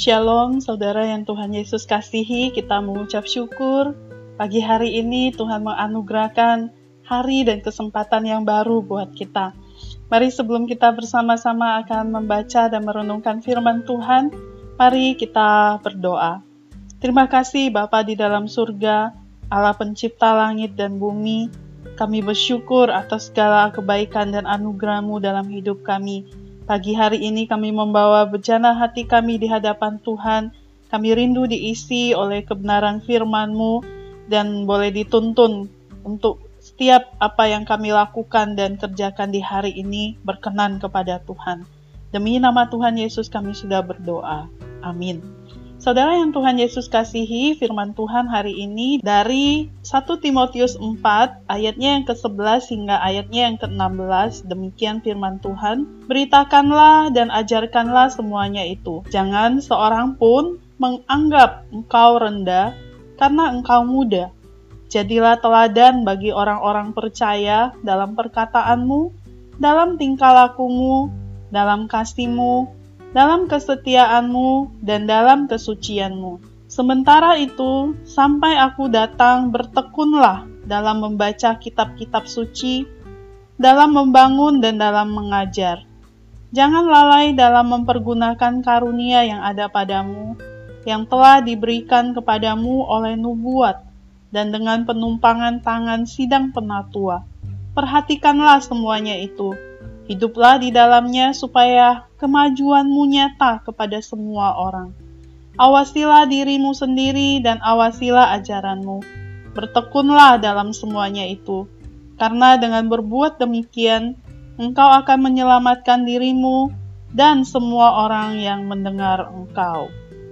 Shalom, saudara yang Tuhan Yesus kasihi, kita mengucap syukur. Pagi hari ini Tuhan menganugerahkan hari dan kesempatan yang baru buat kita. Mari sebelum kita bersama-sama akan membaca dan merenungkan firman Tuhan, mari kita berdoa. Terima kasih Bapa di dalam surga, Allah pencipta langit dan bumi. Kami bersyukur atas segala kebaikan dan anugerah-Mu dalam hidup kami. Pagi hari ini kami membawa bejana hati kami di hadapan Tuhan. Kami rindu diisi oleh kebenaran firman-Mu dan boleh dituntun untuk setiap apa yang kami lakukan dan kerjakan di hari ini berkenan kepada Tuhan. Demi nama Tuhan Yesus kami sudah berdoa. Amin. Saudara yang Tuhan Yesus kasihi, firman Tuhan hari ini dari 1 Timotius 4 ayatnya yang ke-11 hingga ayatnya yang ke-16. Demikian firman Tuhan. Beritakanlah dan ajarkanlah semuanya itu. Jangan seorang pun menganggap engkau rendah karena engkau muda. Jadilah teladan bagi orang-orang percaya dalam perkataanmu, dalam tingkah lakumu, dalam kasihmu, dalam kesetiaanmu, dan dalam kesucianmu. Sementara itu, sampai aku datang, bertekunlah dalam membaca kitab-kitab suci, dalam membangun dan dalam mengajar. Jangan lalai dalam mempergunakan karunia yang ada padamu, yang telah diberikan kepadamu oleh nubuat, dan dengan penumpangan tangan sidang penatua. Perhatikanlah semuanya itu. Hiduplah di dalamnya supaya kemajuanmu nyata kepada semua orang. Awasilah dirimu sendiri dan awasilah ajaranmu. Bertekunlah dalam semuanya itu, karena dengan berbuat demikian, engkau akan menyelamatkan dirimu dan semua orang yang mendengar engkau.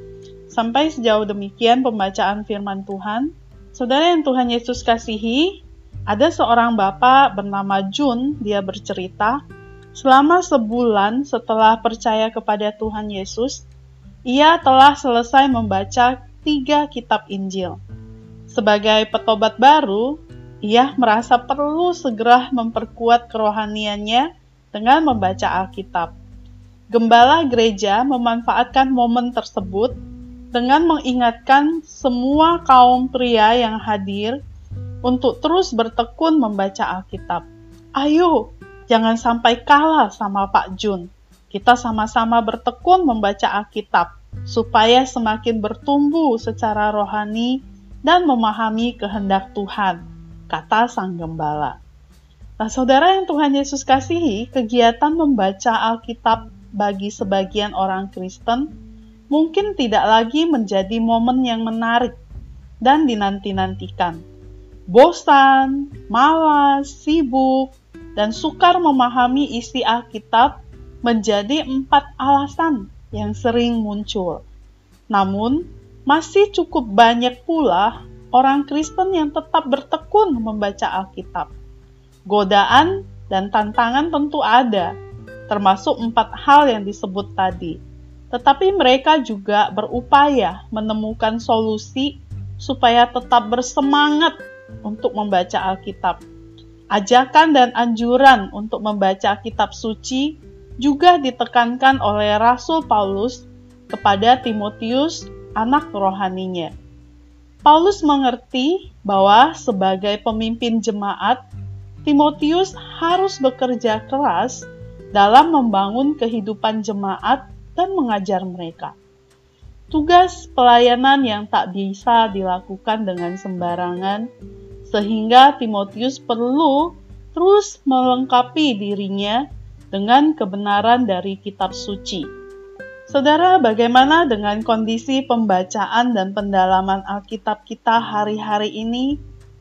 Sampai sejauh demikian pembacaan firman Tuhan. Saudara yang Tuhan Yesus kasihi, ada seorang bapak bernama Jun, dia bercerita, selama sebulan setelah percaya kepada Tuhan Yesus, ia telah selesai membaca 3 kitab Injil. Sebagai petobat baru, ia merasa perlu segera memperkuat kerohaniannya dengan membaca Alkitab. Gembala gereja memanfaatkan momen tersebut dengan mengingatkan semua kaum pria yang hadir untuk terus bertekun membaca Alkitab. Ayo, jangan sampai kalah sama Pak Jun. Kita sama-sama bertekun membaca Alkitab, supaya semakin bertumbuh secara rohani dan memahami kehendak Tuhan, kata sang gembala. Nah, saudara yang Tuhan Yesus kasihi, kegiatan membaca Alkitab bagi sebagian orang Kristen mungkin tidak lagi menjadi momen yang menarik dan dinanti-nantikan. Bosan, malas, sibuk, dan sukar memahami isi Alkitab menjadi 4 alasan yang sering muncul. Namun, masih cukup banyak pula orang Kristen yang tetap bertekun membaca Alkitab. Godaan dan tantangan tentu ada, termasuk 4 hal yang disebut tadi. Tetapi mereka juga berupaya menemukan solusi supaya tetap bersemangat untuk membaca Alkitab. Ajakan dan anjuran untuk membaca kitab suci juga ditekankan oleh Rasul Paulus kepada Timotius, anak rohaninya. Paulus mengerti bahwa sebagai pemimpin jemaat, Timotius harus bekerja keras dalam membangun kehidupan jemaat dan mengajar mereka. Tugas pelayanan yang tak bisa dilakukan dengan sembarangan, sehingga Timotius perlu terus melengkapi dirinya dengan kebenaran dari kitab suci. Saudara, bagaimana dengan kondisi pembacaan dan pendalaman Alkitab kita hari-hari ini?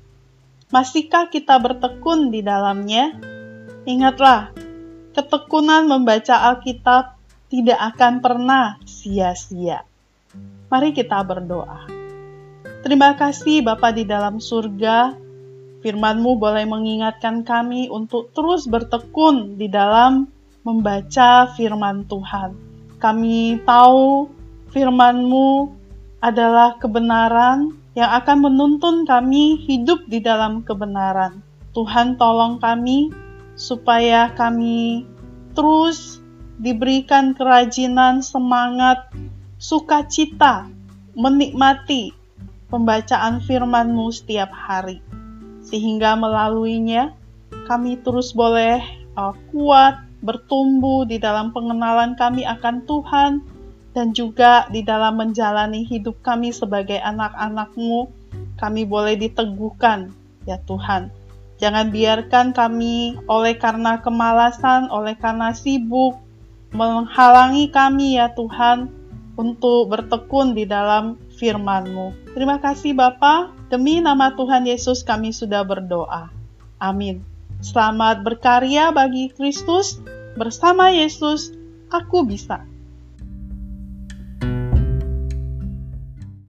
Masihkah kita bertekun di dalamnya? Ingatlah, ketekunan membaca Alkitab tidak akan pernah sia-sia. Mari kita berdoa. Terima kasih Bapa di dalam surga, firman-Mu boleh mengingatkan kami untuk terus bertekun di dalam membaca firman Tuhan. Kami tahu firman-Mu adalah kebenaran yang akan menuntun kami hidup di dalam kebenaran. Tuhan tolong kami supaya kami terus diberikan kerajinan, semangat, sukacita menikmati pembacaan firman-Mu setiap hari, sehingga melaluinya kami terus boleh kuat, bertumbuh di dalam pengenalan kami akan Tuhan, dan juga di dalam menjalani hidup kami sebagai anak-anak-Mu, kami boleh diteguhkan, ya Tuhan. Jangan biarkan kami oleh karena kemalasan, oleh karena sibuk, menghalangi kami, ya Tuhan, untuk bertekun di dalam firman-Mu. Terima kasih Bapa, demi nama Tuhan Yesus kami sudah berdoa. Amin. Selamat berkarya bagi Kristus, bersama Yesus, aku bisa.